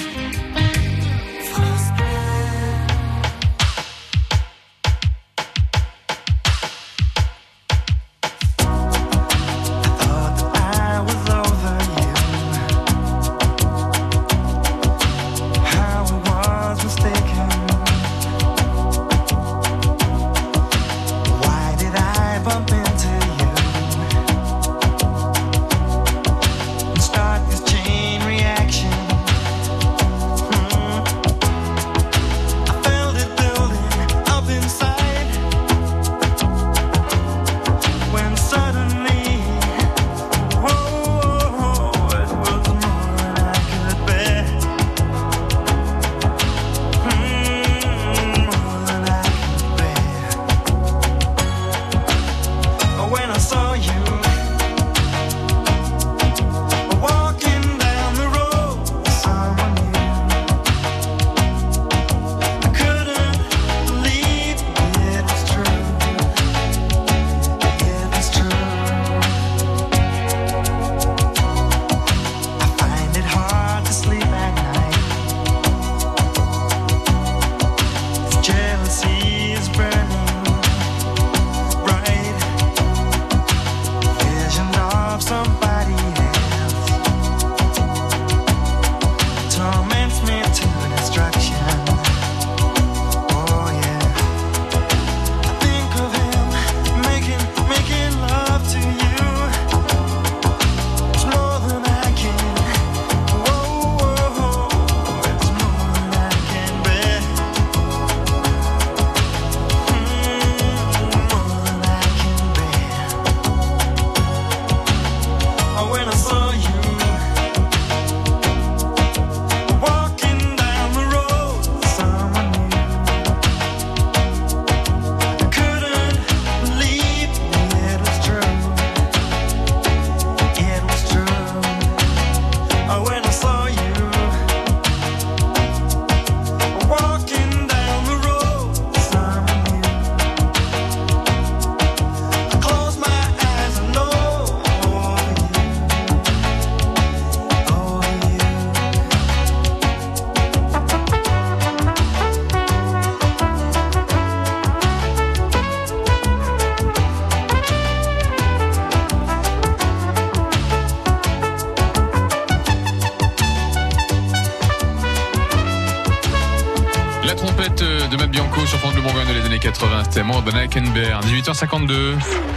De Matt Bianco sur France Bleu Bourgogne des années quatre-vingts, c'était More Than I Can Bear, dix-huit heures cinquante-deux.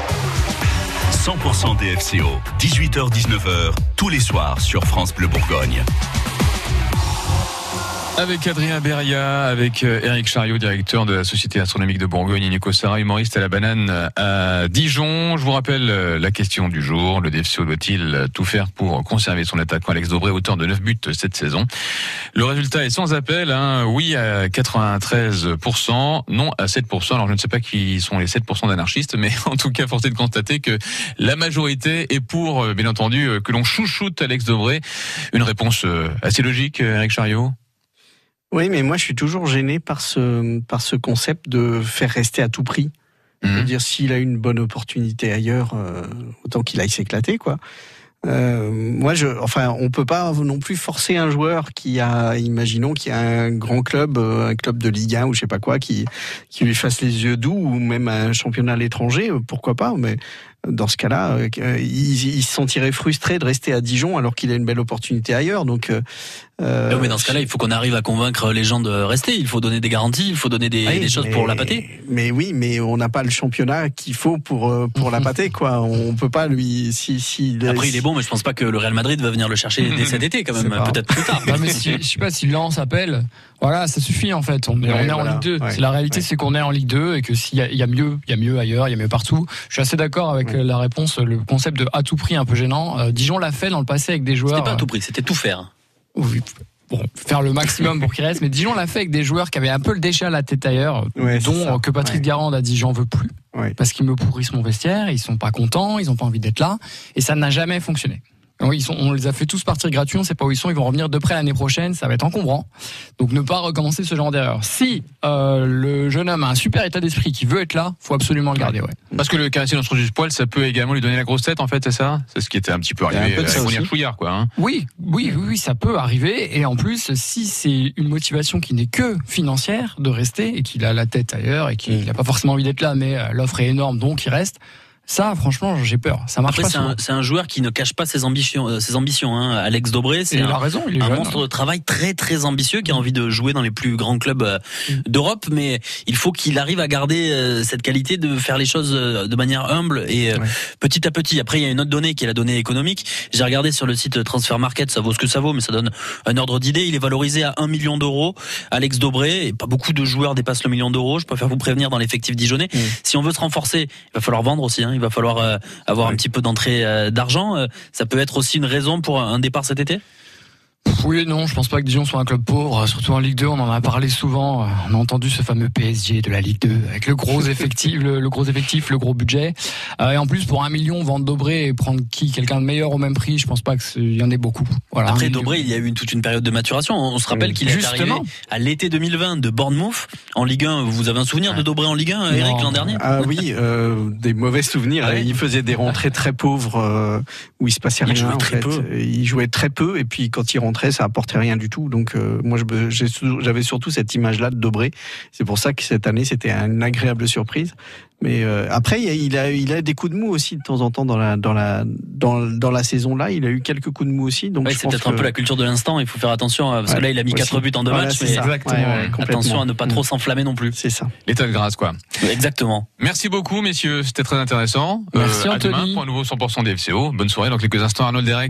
cent pour cent D F C O, dix-huit heures dix-neuf heures, tous les soirs sur France Bleu Bourgogne.
Avec Adrien Beria, avec Éric Chariot, directeur de la Société astronomique de Bourgogne, et Nico Sarra, humoriste à la banane à Dijon. Je vous rappelle la question du jour. Le D F C O doit-il tout faire pour conserver son attaquant Alex Dobré, auteur de neuf buts cette saison? Le résultat est sans appel, hein. Oui à quatre-vingt-treize pour cent, non à sept pour cent. Alors je ne sais pas qui sont les sept pour cent d'anarchistes, mais en tout cas, force est de constater que la majorité est pour, bien entendu, que l'on chouchoute Alex Dobré. Une réponse assez logique, Éric Chariot?
Oui, mais moi je suis toujours gêné par ce par ce concept de faire rester à tout prix. Mmh. C'est-à-dire s'il a une bonne opportunité ailleurs, euh, autant qu'il aille s'éclater, quoi. Euh, moi, je, enfin, on peut pas non plus forcer un joueur qui a, imaginons, qui a un grand club, un club de Ligue un ou je sais pas quoi, qui qui lui fasse les yeux doux, ou même un championnat à l'étranger, pourquoi pas. Mais dans ce cas-là, euh, il, il se sentirait frustré de rester à Dijon alors qu'il a une belle opportunité ailleurs. Donc, euh,
non, mais dans ce cas-là, il faut qu'on arrive à convaincre les gens de rester. Il faut donner des garanties, il faut donner des, oui, des choses
mais,
pour l'appâter.
Mais oui, mais on n'a pas le championnat qu'il faut pour pour l'appâter, quoi. On peut pas lui. Si, si
Après,
si,
il est bon, mais je pense pas que le Real Madrid va venir le chercher dès cet été, quand même. Peut-être plus tard.
Non, mais si, je sais pas si Lens appelle. Voilà, ça suffit en fait. On est,
Ouais,
on est
voilà.
en Ligue deux.
Ouais.
C'est la réalité,
Ouais.
c'est qu'on est en Ligue deux et que s'il y a, il y a mieux, il y a mieux ailleurs, il y a mieux partout. Je suis assez d'accord avec
Ouais.
la réponse, le concept de à tout prix un peu gênant. Euh, Dijon l'a fait dans le passé avec des joueurs.
C'était pas à tout prix, c'était tout faire.
Oui. Bon, faire le maximum pour qu'il reste. Mais Dijon l'a fait avec des joueurs qui avaient un peu le déchet à la tête ailleurs,
Ouais, c'est
dont
ça.
euh, que Patrice
Ouais.
Garande a dit j'en veux plus.
Ouais.
Parce qu'ils me pourrissent mon vestiaire, ils sont pas contents, ils ont pas envie d'être là. Et ça n'a jamais fonctionné. Oui, ils sont, on les a fait tous partir gratuits, on sait pas où ils sont, ils vont revenir de près l'année prochaine, ça va être encombrant. Donc ne pas recommencer ce genre d'erreur. Si euh, le jeune homme a un super état d'esprit qui veut être là, faut absolument le garder. Ouais.
Parce que le caresser dans son du poil, ça peut également lui donner la grosse tête, en fait, c'est ça? C'est ce qui était un petit peu
Il y a un
arrivé
peu de ça
avec
aussi.
Mounir Chouillard, quoi. Hein.
Oui, oui, oui, oui, ça peut arriver. Et en plus, si c'est une motivation qui n'est que financière de rester et qu'il a la tête ailleurs et qu'il n'a pas forcément envie d'être là, mais euh, l'offre est énorme, donc il reste. Ça, franchement, j'ai peur. Ça marche
Après,
pas
c'est
souvent.
un, c'est un joueur qui ne cache pas ses ambitions. euh, Ses ambitions hein. Alex Dobré, c'est
Et il
un,
a raison, il est
un
jeune.
monstre de travail très très ambitieux qui a envie de jouer dans les plus grands clubs euh, d'Europe, mais il faut qu'il arrive à garder euh, cette qualité de faire les choses euh, de manière humble et euh,
Ouais.
petit à petit. Après, il y a une autre donnée qui est la donnée économique. J'ai regardé sur le site Transfer Market, ça vaut ce que ça vaut, mais ça donne un ordre d'idée. Il est valorisé à un million d'euros. Alex Dobré, et pas beaucoup de joueurs dépassent le million d'euros. Je préfère vous prévenir dans l'effectif dijonnais.
Mmh.
Si on veut se renforcer, il va falloir vendre aussi. Hein. Il va falloir euh, avoir
Ouais.
un petit peu d'entrée euh, d'argent. Euh, ça peut être aussi une raison pour un départ cet été.
Oui et non, je pense pas que Dijon soit un club pauvre, surtout en Ligue deux, on en a parlé souvent, on a entendu ce fameux P S G de la Ligue deux, avec le gros effectif, le, le gros effectif, le gros budget, euh, et en plus pour un million, vendre Dobré et prendre qui, quelqu'un de meilleur au même prix, je pense pas qu'il y en ait beaucoup. Voilà,
Après
un million.
Dobré, il y a eu une, toute une période de maturation. On se rappelle
Oui.
qu'il est
Justement.
arrivé à l'été deux mille vingt de Bournemouth en Ligue un. Vous avez un souvenir de Dobré en Ligue un, Eric,
Non.
l'an dernier?
Ah oui, euh, des mauvais souvenirs.
Ah ouais.
Il faisait des rentrées très pauvres euh, où il se passait
Il
rien.
jouait
en
très
fait.
peu.
Il jouait très peu et puis quand il rentrait, ça apportait rien du tout. Donc euh, moi, je me- j'ai sou- j'avais surtout cette image-là de Dobré. C'est pour ça que cette année, c'était une agréable surprise. Mais euh, après, il a, il a il a des coups de mou aussi de temps en temps dans la dans la dans, dans la saison là. Il a eu quelques coups de mou aussi. Donc
Ouais,
je
c'est
pense
peut-être un
que-
peu la culture de l'instant. Il faut faire attention parce que
Ouais,
là, il a mis
aussi.
quatre buts en deux
Voilà,
matchs.
c'est
Mais
ça.
Exactement.
Ouais, ouais, complètement.
attention à ne pas trop
Mm.
s'enflammer non plus.
C'est ça.
L'état de grâce, quoi.
Exactement.
Merci beaucoup, messieurs. C'était très intéressant.
Merci,
à
Anthony.
demain pour un nouveau cent pour cent D F C O. Bonne soirée dans quelques instants, Arnaud Derek.